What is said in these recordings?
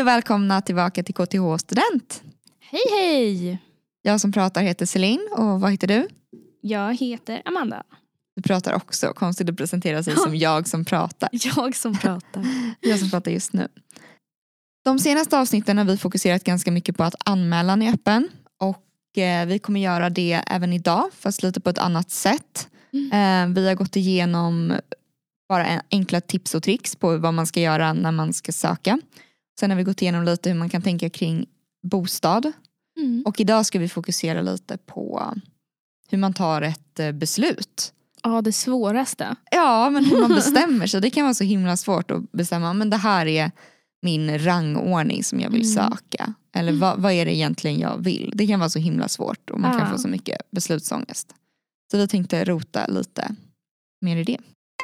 och välkomna tillbaka till KTH Student. Hej hej! Jag som pratar heter Celine och vad heter du? Jag heter Amanda. Du pratar också, konstigt att presentera sig som jag som pratar. Jag som pratar. Jag som pratar just nu. De senaste avsnitten har vi fokuserat ganska mycket på att anmälan är öppen. Och vi kommer göra det även idag, fast lite på ett annat sätt. Vi har gått igenom bara enkla tips och tricks på vad man ska göra när man ska söka. Sen har vi gått igenom lite hur man kan tänka kring bostad. Och idag ska vi fokusera lite på hur man tar ett beslut. Ja, det svåraste. Ja, men hur man bestämmer sig. Det kan vara så himla svårt att bestämma. Men det här är min rangordning som jag vill söka. Eller vad är det egentligen jag vill? Det kan vara så himla svårt och man kan få så mycket beslutsångest. Så vi tänkte rota lite mer i det.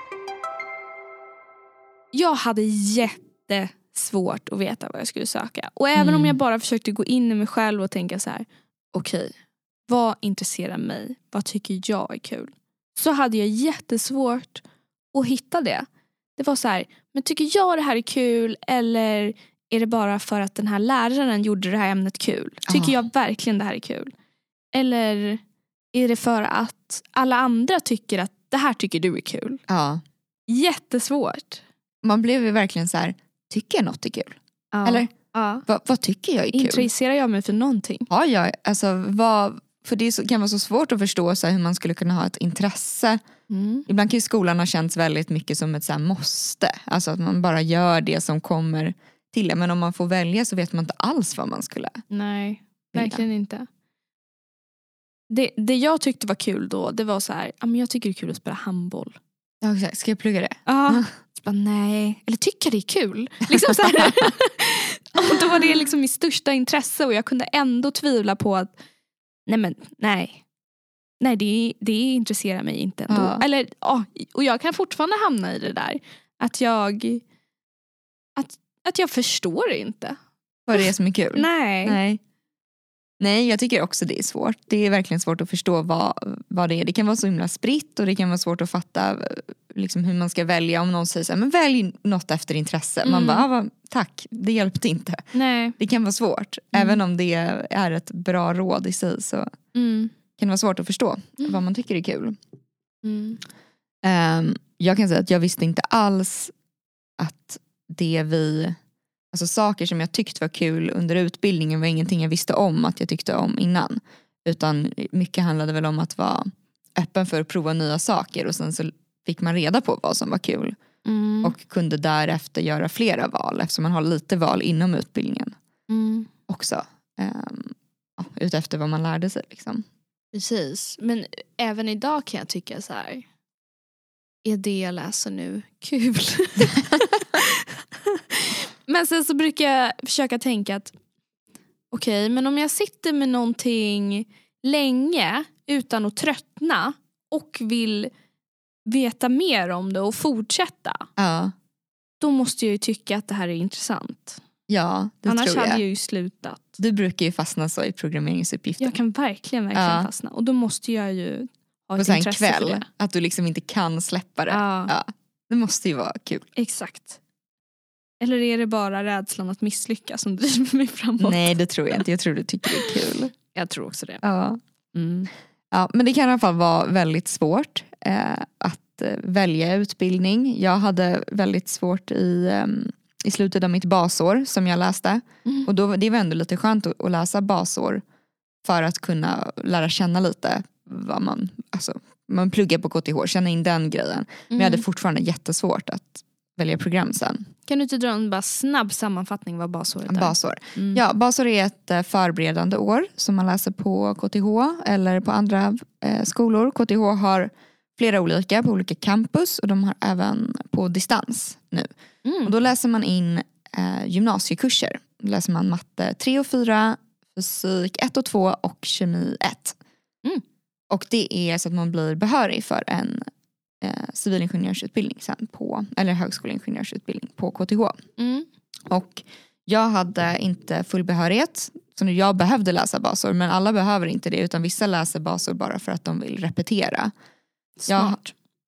Jag hade jättesvårt att veta vad jag skulle söka. Och även om jag bara försökte gå in i mig själv och tänka så här: okej, vad intresserar mig? Vad tycker jag är kul? Så hade jag jättesvårt att hitta det. Det var så här, men tycker jag det här är kul eller är det bara för att den här läraren gjorde det här ämnet kul? Tycker jag verkligen det här är kul? Eller är det för att alla andra tycker att det här tycker du är kul? Ja. Jättesvårt. Man blev ju verkligen så här, tycker jag något är kul? Ja. Eller Ja. vad tycker jag är kul? Intresserar jag mig för någonting? Ja, alltså för det kan vara så svårt att förstå så här, hur man skulle kunna ha ett intresse. Ibland kan ju skolan ha känts väldigt mycket som ett så här måste. Alltså att man bara gör det som kommer till det. Men om man får välja så vet man inte alls vad man skulle. Nej, verkligen inte. Det jag tyckte var kul då, det var så här, men jag tycker det är kul att spela handboll. Ja, exakt. Ska jag plugga det? Ja. Nej. Eller tycker det är kul. Liksom så här. Och då var det liksom mitt största intresse och jag kunde ändå tvivla på att nej, det intresserar mig inte ändå. Ja. Eller, och jag kan fortfarande hamna i det där. Att jag förstår inte. Vad det är som är kul? Nej, jag tycker också det är svårt. Det är verkligen svårt att förstå vad det är. Det kan vara så himla spritt och det kan vara svårt att fatta liksom hur man ska välja. Om någon säger så här, men välj något efter intresse. Man bara, tack, det hjälpte inte. Nej. Det kan vara svårt. Även om det är ett bra råd i sig så kan det vara svårt att förstå vad man tycker är kul. Jag kan säga att jag visste inte alls att alltså saker som jag tyckte var kul under utbildningen var ingenting jag visste om att jag tyckte om innan. Utan mycket handlade väl om att vara öppen för att prova nya saker. Och sen så fick man reda på vad som var kul. Och kunde därefter göra flera val. Eftersom man har lite val inom utbildningen. Också. Utefter vad man lärde sig liksom. Precis. Men även idag kan jag tycka så här: är det jag läser nu kul? Men sen så brukar jag försöka tänka att okej, men om jag sitter med någonting länge utan att tröttna och vill veta mer om det och fortsätta, då måste jag ju tycka att det här är intressant. Ja, det annars tror jag. hade jag ju slutat. Du brukar ju fastna så i programmeringsuppgifter. Jag kan verkligen fastna. Och då måste jag ju ha ett en intresse kväll, för det. att du liksom inte kan släppa det. Ja, det måste ju vara kul. Exakt. Eller är det bara rädslan att misslyckas som driver mig framåt? Nej, det tror jag inte. Jag tror du tycker det är kul. Jag tror också det. Ja. Ja, men det kan i alla fall vara väldigt svårt att välja utbildning. Jag hade väldigt svårt i slutet av mitt basår som jag läste. Och det var ändå lite skönt att läsa basår för att kunna lära känna lite vad man pluggar på KTH, känna in den grejen. Men jag hade fortfarande jättesvårt att välja program sen. Kan du inte dra en bara snabb sammanfattning vad basåret är? Basår. Ja, basår är ett förberedande år som man läser på KTH eller på andra skolor. KTH har flera olika på olika campus och de har även på distans nu. Och då läser man in gymnasiekurser. Då läser man matte 3 och 4, fysik 1 och 2 och kemi 1. Och det är så att man blir behörig för en civilingenjörsutbildning sen eller högskoleingenjörsutbildning på KTH. Och jag hade inte full behörighet, så jag behövde läsa basår, men alla behöver inte det, utan vissa läser basår bara för att de vill repetera. Smart.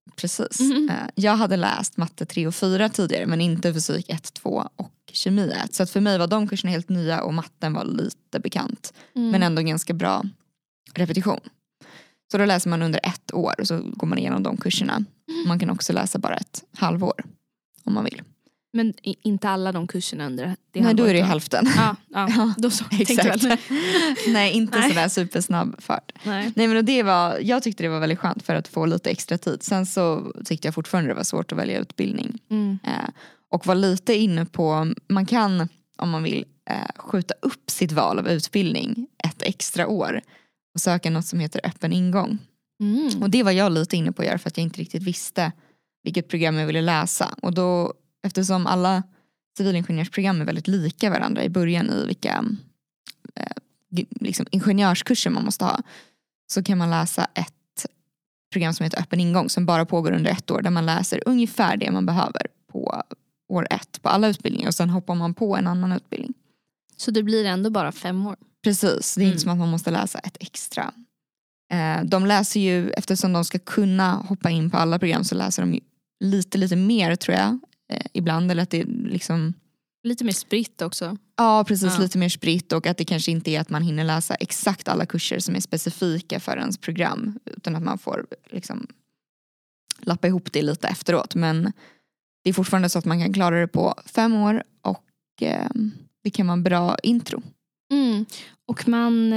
Precis. Jag hade läst matte 3 och 4 tidigare, men inte fysik 1, 2 och kemi 1. Så att för mig var de kurserna helt nya och matten var lite bekant. Men ändå ganska bra repetition. Så då läser man under 1 år och så går man igenom de kurserna. Man kan också läsa bara ett halvår om man vill. Men inte alla de kurserna under det. Nej, då är det hälften. Ja, då så. Exakt. Nej, inte sådär supersnabb fart. Nej, men jag tyckte det var väldigt skönt för att få lite extra tid. Sen så tyckte jag fortfarande det var svårt att välja utbildning. Och var lite inne på, man kan om man vill skjuta upp sitt val av utbildning ett extra år och söka något som heter öppen ingång. Och det var jag lite inne på att göra för att jag inte riktigt visste vilket program jag ville läsa. Och då, eftersom alla civilingenjörsprogram är väldigt lika varandra i början i vilka liksom ingenjörskurser man måste ha, så kan man läsa ett program som heter öppen ingång som bara pågår under 1 år, där man läser ungefär det man behöver på år 1 på alla utbildningar och sen hoppar man på en annan utbildning. så det blir ändå bara 5 år? Precis, det är inte som att man måste läsa ett extra. De läser ju, eftersom de ska kunna hoppa in på alla program, så läser de ju lite mer tror jag ibland, eller att det är liksom lite mer spritt också. Ja, precis, lite mer spritt, och att det kanske inte är att man hinner läsa exakt alla kurser som är specifika för ens program, utan att man får liksom lappa ihop det lite efteråt. Men det är fortfarande så att man kan klara det på 5 år och det kan vara en bra intro. Och man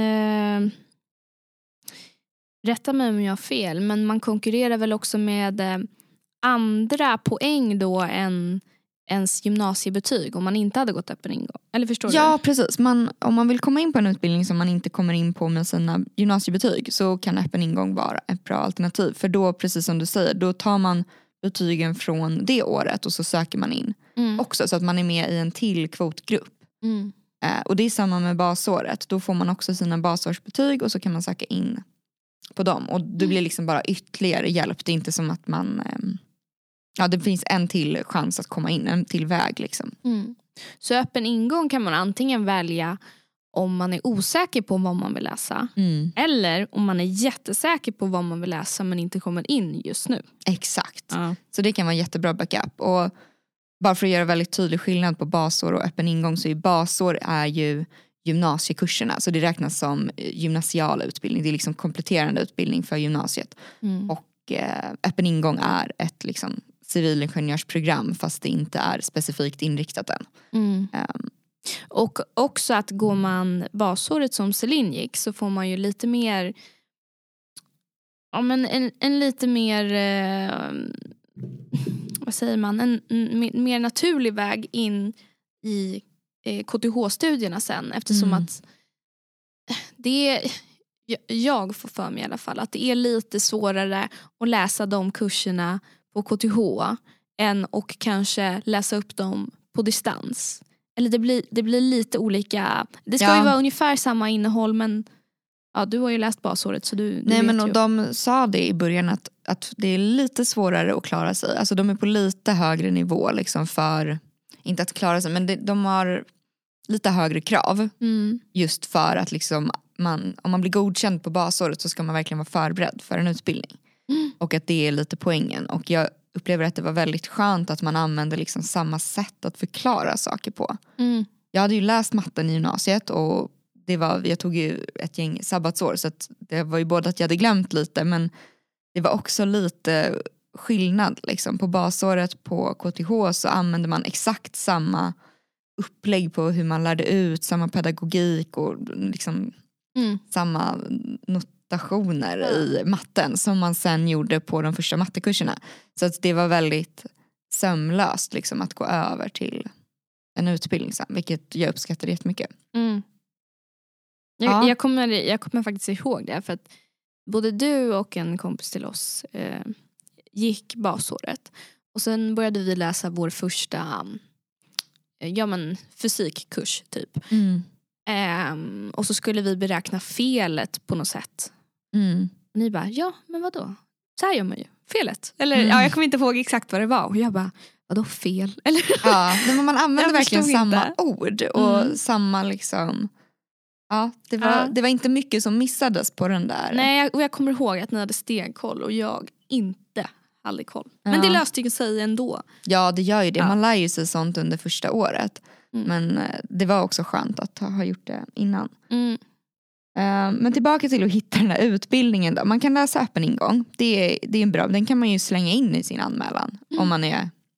rätta mig om jag har fel, men man konkurrerar väl också med andra poäng då än ens gymnasiebetyg om man inte hade gått öppen ingång. Eller förstår du? Ja, precis. Om man vill komma in på en utbildning som man inte kommer in på med sina gymnasiebetyg, så kan öppen ingång vara ett bra alternativ. För då, precis som du säger, då tar man betygen från det året och så söker man in också, så att man är med i en till kvotgrupp. Och det är samma med basåret. Då får man också sina basårsbetyg och så kan man söka in på dem. Och det blir liksom bara ytterligare hjälp. Det är inte som att man det finns en till chans att komma in, en till väg liksom. Så öppen ingång kan man antingen välja om man är osäker på vad man vill läsa, eller om man är jättesäker på vad man vill läsa men inte kommer in just nu. Exakt. Så det kan vara jättebra backup. Och bara för att göra väldigt tydlig skillnad på basår och öppen ingång, så är basår är ju gymnasiekurserna, så det räknas som gymnasial utbildning. Det är liksom kompletterande utbildning för gymnasiet. Och öppen ingång är ett liksom civilingenjörsprogram, fast det inte är specifikt inriktat än. Och också att går man basåret som Celine gick, så får man ju lite mer en lite mer vad säger man, en mer naturlig väg in i KTH-studierna sen, eftersom att det är, jag får för mig i alla fall, att det är lite svårare att läsa de kurserna på KTH än och kanske läsa upp dem på distans. Eller det blir lite olika. Det ska ju vara ungefär samma innehåll, men du har ju läst basåret, så du Nej, vet men ju. de sa det i början att det är lite svårare att klara sig. Alltså de är på lite högre nivå liksom, för inte att klara sig, men de har lite högre krav. Just för att liksom om man blir godkänd på basåret, så ska man verkligen vara förberedd för en utbildning. Och att det är lite poängen. Och jag upplever att det var väldigt skönt att man använde liksom samma sätt att förklara saker på. Jag hade ju läst matten i gymnasiet, och jag tog ju ett gäng sabbatsår, så att det var ju både att jag hade glömt lite, men det var också lite skillnad liksom. På basåret på KTH så använde man exakt samma upplägg på hur man lärde ut, samma pedagogik och liksom samma notationer i matten som man sen gjorde på de första mattekurserna. Så att det var väldigt sömlöst liksom, att gå över till en utbildning sen, vilket jag uppskattade jättemycket. Jag kommer faktiskt ihåg det, för att både du och en kompis till oss gick basåret, och sen började vi läsa vår första fysikkurs typ. Och så skulle vi beräkna felet på något sätt. Och ni bara, men vadå? Så här gör man ju, felet. Eller jag kommer inte ihåg exakt vad det var. Och jag bara, vadå fel? Eller? Men man använde verkligen samma inte. ord och samma liksom. Det var inte mycket som missades på den där. Nej, och jag kommer ihåg att ni hade stenkoll och jag inte aldrig koll. Men det löste ju sig ändå. Ja, det gör ju det. Man lär ju sig sånt under första året. Men det var också skönt att ha gjort det innan. Men tillbaka till att hitta den här utbildningen då. Man kan läsa öppen ingång. Det är en bra. Den kan man ju slänga in i sin anmälan. Om man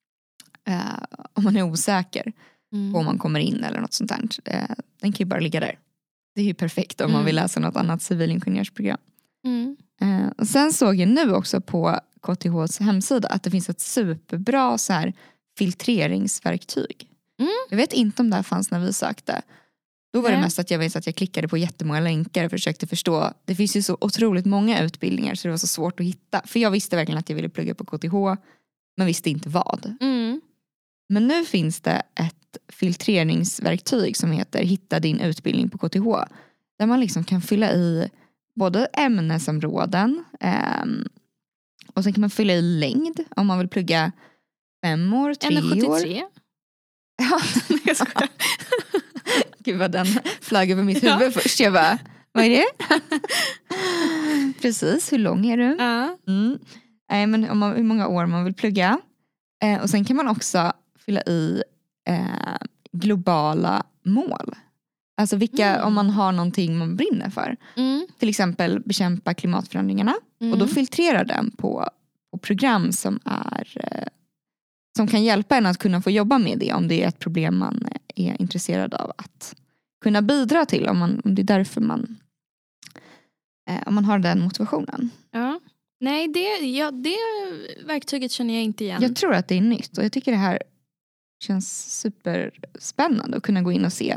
är osäker på om man kommer in eller något sånt där. Den kan ju bara ligga där. Det är ju perfekt om man vill läsa något annat civilingenjörsprogram. Och sen såg jag nu också på KTHs hemsida att det finns ett superbra så här filtreringsverktyg. Jag vet inte om det här fanns när vi sökte. Då var det mest att jag vet att jag klickade på jättemånga länkar och försökte förstå. Det finns ju så otroligt många utbildningar så det var så svårt att hitta. För jag visste verkligen att jag ville plugga på KTH men visste inte vad. Men nu finns det ett filtreringsverktyg som heter Hitta din utbildning på KTH. Där man liksom kan fylla i både ämnesområden och sen kan man fylla i längd om man vill plugga 5 år, 3 år. 1,73? Ja, jag skojar. Gud vad den flög över mitt huvud först. Jag bara, vad är det? Precis, hur lång är du? Nej, men hur många år man vill plugga. Och sen kan man också fylla i globala mål. Alltså om man har någonting man brinner för. Till exempel bekämpa klimatförändringarna. Och då filtrerar den på program som kan hjälpa en att kunna få jobba med det. Om det är ett problem man är intresserad av att kunna bidra till. Om det är därför om man har den motivationen. Ja. Nej, det verktyget känner jag inte igen. Jag tror att det är nytt. Och jag tycker det här känns superspännande att kunna gå in och se.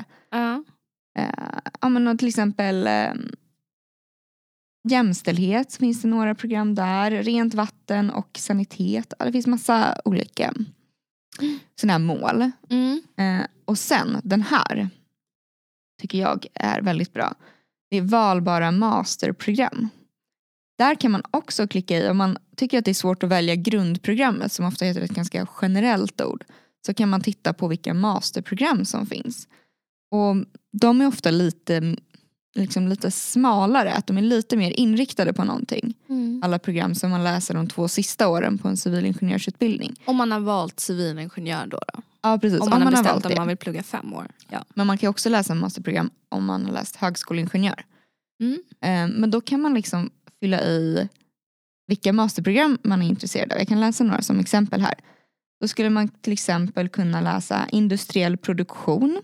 Men till exempel jämställdhet finns det några program där. Rent vatten och sanitet. Det finns massa olika sådana här mål. Och sen den här tycker jag är väldigt bra. Det är valbara masterprogram. Där kan man också klicka i om man tycker att det är svårt att välja grundprogrammet som ofta heter ett ganska generellt ord. Så kan man titta på vilka masterprogram som finns. Och de är ofta lite smalare. Att de är lite mer inriktade på någonting. Alla program som man läser de 2 sista åren på en civilingenjörsutbildning. Om man har valt civilingenjör då? Ja, precis. Om man har bestämt om man vill plugga 5 år. Ja. Men man kan också läsa en masterprogram om man har läst högskoleingenjör. Men då kan man liksom fylla i vilka masterprogram man är intresserad av. Jag kan läsa några som exempel här. Då skulle man till exempel kunna läsa industriell produktion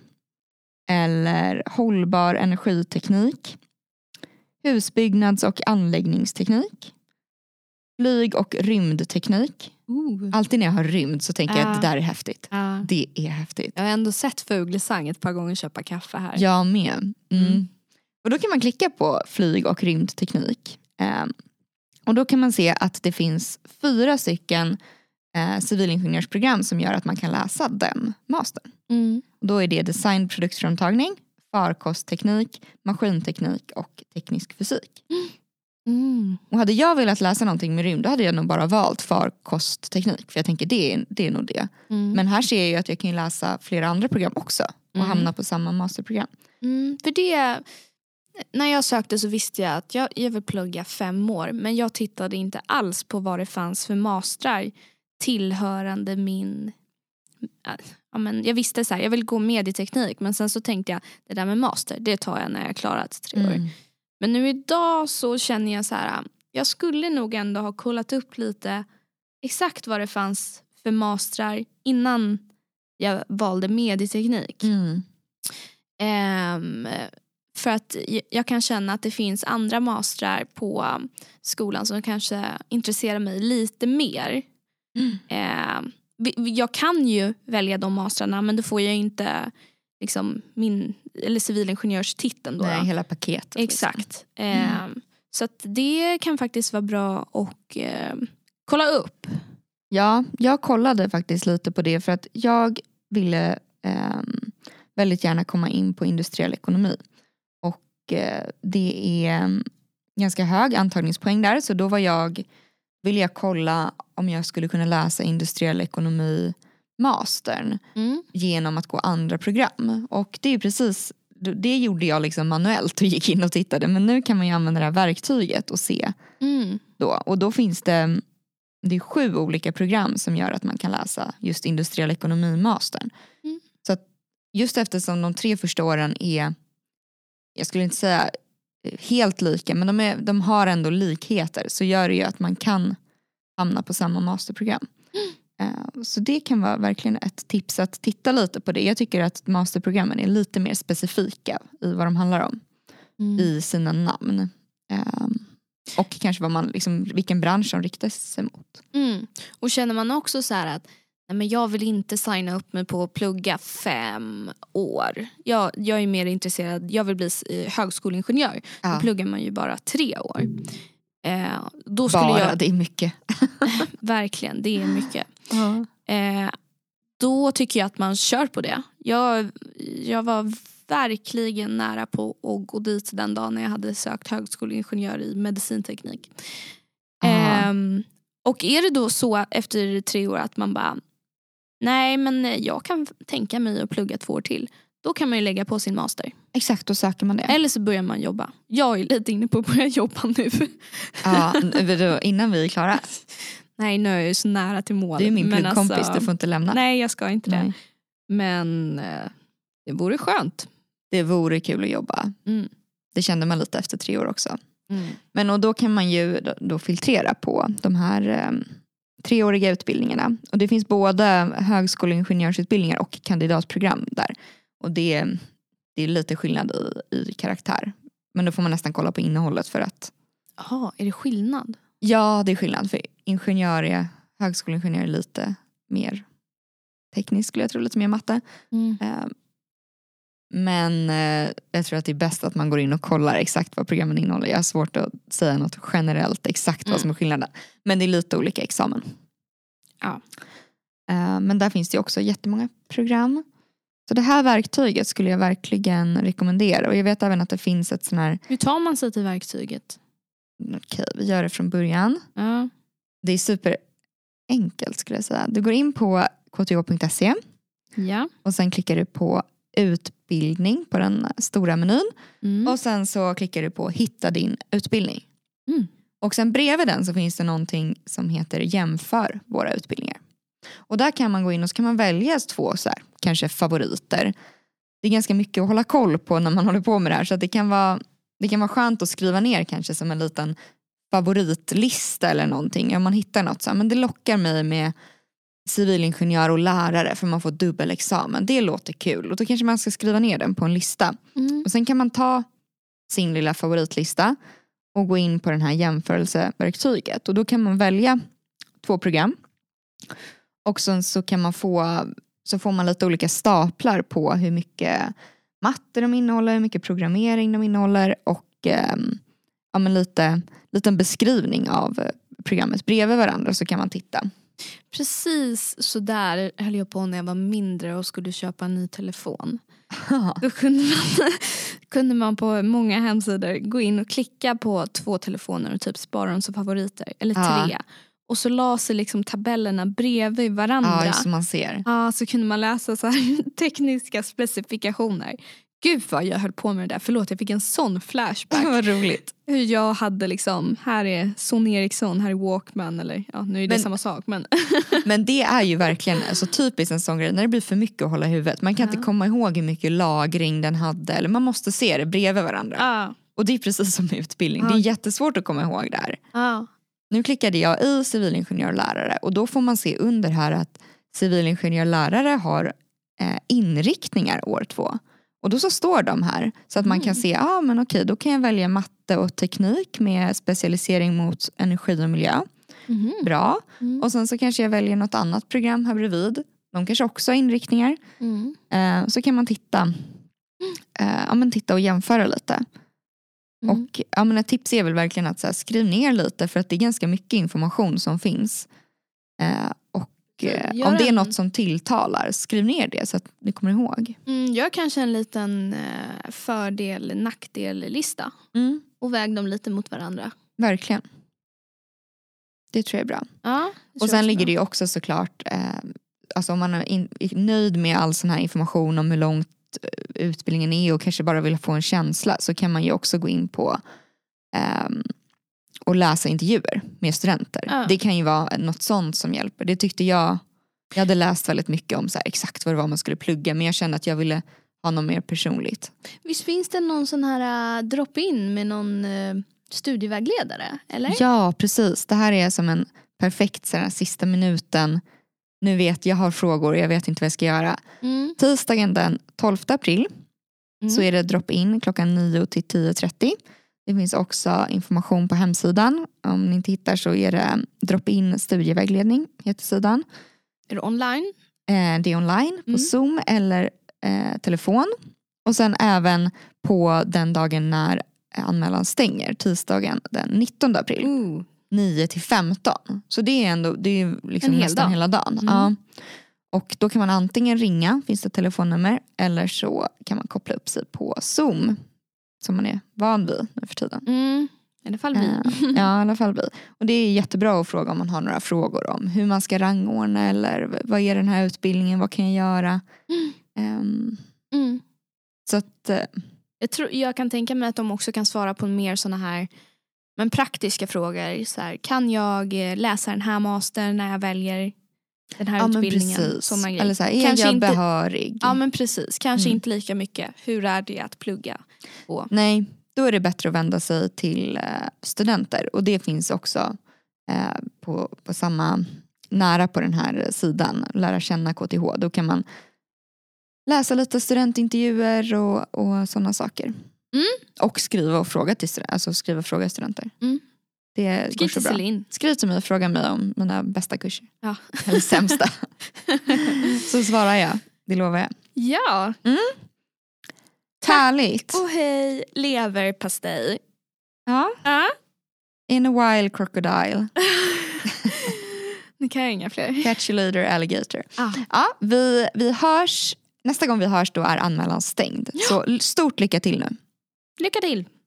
eller hållbar energiteknik, husbyggnads- och anläggningsteknik, flyg- och rymdteknik. Alltid när jag har rymd så tänker jag att det där är häftigt. Det är häftigt. Jag har ändå sett Fuglesang ett par gånger köpa kaffe här. Jag med. Och då kan man klicka på flyg- och rymdteknik. Och då kan man se att det finns 4 stycken civilingenjörsprogram som gör att man kan läsa den mastern. Då är det design, produktframtagning, farkostteknik, maskinteknik och teknisk fysik. Och hade jag velat läsa någonting med rymd då hade jag nog bara valt farkostteknik. För jag tänker det är nog det. Men här ser jag ju att jag kan läsa flera andra program också. Och hamna på samma masterprogram. För det, när jag sökte så visste jag att jag vill plugga 5 år. Men jag tittade inte alls på vad det fanns för mastrar tillhörande min... jag visste så här, jag vill gå medieteknik. Men sen så tänkte jag, det där med master, det tar jag när jag klarat 3 år. Men nu idag så känner jag så här, jag skulle nog ändå ha kollat upp lite exakt vad det fanns för mastrar innan jag valde medieteknik. För att jag kan känna att det finns andra mastrar på skolan som kanske intresserar mig lite mer. Jag kan ju välja de mastrarna, men då får jag inte liksom eller civilingenjörstiteln då. Nej, hela paketet. Exakt. Så att det kan faktiskt vara bra att kolla upp. Ja, jag kollade faktiskt lite på det för att jag ville väldigt gärna komma in på industriell ekonomi. Och det är ganska hög antagningspoäng där, så då ville jag kolla om jag skulle kunna läsa industriell ekonomi mastern genom att gå andra program. Och det är precis, det gjorde jag liksom manuellt och gick in och tittade. Men nu kan man ju använda det här verktyget och se då. Och då finns det det är 7 olika program som gör att man kan läsa just industriell ekonomi-mastern. Så att just eftersom de 3 första åren är, jag skulle inte säga helt lika, men de har ändå likheter, så gör det ju att man kan hamna på samma masterprogram. Så det kan vara verkligen ett tips att titta lite på det. Jag tycker att masterprogrammen är lite mer specifika i vad de handlar om i sina namn. Och kanske vad man, liksom, vilken bransch de riktar sig mot. Och känner man också så här att nej, men jag vill inte signa upp mig på att plugga 5 år. Jag är mer intresserad, jag vill bli högskoleingenjör. Då pluggar man ju bara 3 år. Då skulle det är mycket. Verkligen, det är mycket. Då tycker jag att man kör på det. Jag var verkligen nära på att gå dit den dagen när jag hade sökt högskoleingenjör i medicinteknik. Och är det då så efter 3 år att man bara nej, men jag kan tänka mig att plugga 2 år till. Då kan man ju lägga på sin master. Exakt, då söker man det. Eller så börjar man jobba. Jag är lite inne på att börja jobba nu. Innan vi är klara. Nej, nu är jag ju så nära till mål. Du är min pluggkompis, du får inte lämna. Nej, jag ska inte det. Men det vore skönt. Det vore kul att jobba. Det kände man lite efter 3 år också. Men och då kan man ju då filtrera på de här 3-åriga utbildningarna. Och det finns både högskoleingenjörsutbildningar och kandidatprogram där. Och det är lite skillnad i karaktär. Men då får man nästan kolla på innehållet för att... Jaha, är det skillnad? Ja, det är skillnad. För högskoleingenjör är lite mer teknisk, skulle jag tro. Lite mer matte. Men jag tror att det är bäst att man går in och kollar exakt vad programmen innehåller. Jag har svårt att säga något generellt exakt vad som är skillnaden. Men det är lite olika examen. Ja. Men där finns det också jättemånga program. Så det här verktyget skulle jag verkligen rekommendera. Och jag vet även att det finns ett sån här... Hur tar man sig till verktyget? Okej, vi gör det från början. Det är super enkelt, skulle jag säga. Du går in på kth.se. Ja. Och sen klickar du på utbildning på den stora menyn. Och sen så klickar du på hitta din utbildning. Och sen bredvid den så finns det någonting som heter jämför våra utbildningar. Och där kan man gå in och så kan man välja 2 så här, kanske favoriter. Det är ganska mycket att hålla koll på när man håller på med det här. Så att det kan vara skönt att skriva ner kanske som en liten favoritlista eller någonting. Om man hittar något så här, men det lockar mig med civilingenjör och lärare för man får dubbelexamen. Det låter kul. Och då kanske man ska skriva ner den på en lista. Och sen kan man ta sin lilla favoritlista och gå in på den här jämförelseverktyget. Och då kan man välja 2 program. Och sen så kan man får man lite olika staplar på hur mycket matte de innehåller, hur mycket programmering de innehåller och liten beskrivning av programmet bredvid varandra, så kan man titta. Precis så där höll jag på när jag var mindre och skulle köpa en ny telefon. Då kunde man på många hemsidor gå in och klicka på 2 telefoner och typ spara dem som favoriter. Eller 3. Och så la sig liksom tabellerna bredvid varandra. Ja, som man ser. Ja, så kunde man läsa så här tekniska specifikationer. Gud vad jag höll på med det där. Förlåt, jag fick en sån flashback. Vad roligt. Hur jag hade liksom, här är Sony Ericsson, här är Walkman. Eller ja, nu är det samma sak. Men, men det är ju verkligen alltså, typiskt en sån grej. När det blir för mycket att hålla i huvudet. Man kan inte komma ihåg hur mycket lagring den hade. Eller man måste se det bredvid varandra. Och det är precis som utbildning. Det är jättesvårt att komma ihåg där. Nu klickade jag i civilingenjörlärare. Och då får man se under här att civilingenjörlärare har inriktningar år 2. Och då så står de här så att man kan se, men okej, då kan jag välja matte och teknik med specialisering mot energi och miljö. Bra. Och sen så kanske jag väljer något annat program här bredvid. De kanske också har inriktningar. Så kan man titta och jämföra lite. Och ett tips är väl verkligen att så här, skriv ner lite, för att det är ganska mycket information som finns. Om det är något som tilltalar, skriv ner det så att ni kommer ihåg. Gör kanske en liten fördel-nackdel-lista. Och väg dem lite mot varandra. Verkligen. Det tror jag är bra. Ja, och sen ligger det ju också såklart, alltså om man är nöjd med all sån här information om hur långt utbildningen är och kanske bara vill få en känsla, så kan man ju också gå in på och läsa intervjuer med studenter. Ja. Det kan ju vara något sånt som hjälper. Det tyckte jag hade läst väldigt mycket om så här, exakt vad det var man skulle plugga. Men jag kände att jag ville ha något mer personligt. Visst finns det någon sån här drop-in med någon studievägledare? Eller? Ja, precis. Det här är som en perfekt så här, sista minuten. Nu vet jag har frågor, jag vet inte vad jag ska göra. Tisdagen den 12 april så är det drop-in klockan 9 till 10:30. Det finns också information på hemsidan. Om ni inte hittar så är det drop-in studievägledning heter sidan. Är det online? Det är online på Zoom eller telefon. Och sen även på den dagen när anmälan stänger, tisdagen den 19 april. 9 till 15. Så det är ändå det är liksom nästan hela dagen. Ja. Och då kan man antingen ringa, finns det telefonnummer, eller så kan man koppla upp sig på Zoom som man är van vid nu för tiden. I alla fall vi. Ja, i alla fall vi. Och det är jättebra att fråga om man har några frågor om hur man ska rangordna eller vad är den här utbildningen, vad kan jag göra? Så att Jag kan tänka mig att de också kan svara på mer såna här men praktiska frågor. Så här, kan jag läsa den här master när jag väljer den här utbildningen? Såna grejer. Eller så här, är kanske jag behörig? Ja men precis, kanske inte lika mycket. Hur är det att plugga på? Nej, då är det bättre att vända sig till studenter. Och det finns också på samma nära på den här sidan, lära känna KTH. Då kan man läsa lite studentintervjuer och sådana saker. Och skriva och fråga till studenter. Alltså skriva och fråga studenter. Det går så bra. Skriv till mig och fråga mig om mina bästa kurser. Ja. Eller sämsta. Så svarar jag. Det lovar jag. Ja. Härligt. Och hej, leverpastej. Ja. In a while crocodile. Nu kan jag inga fler. Catch you later alligator. Ja, vi hörs. Nästa gång vi hörs då är anmälan stängd. Ja. Så stort lycka till nu. Lycka till.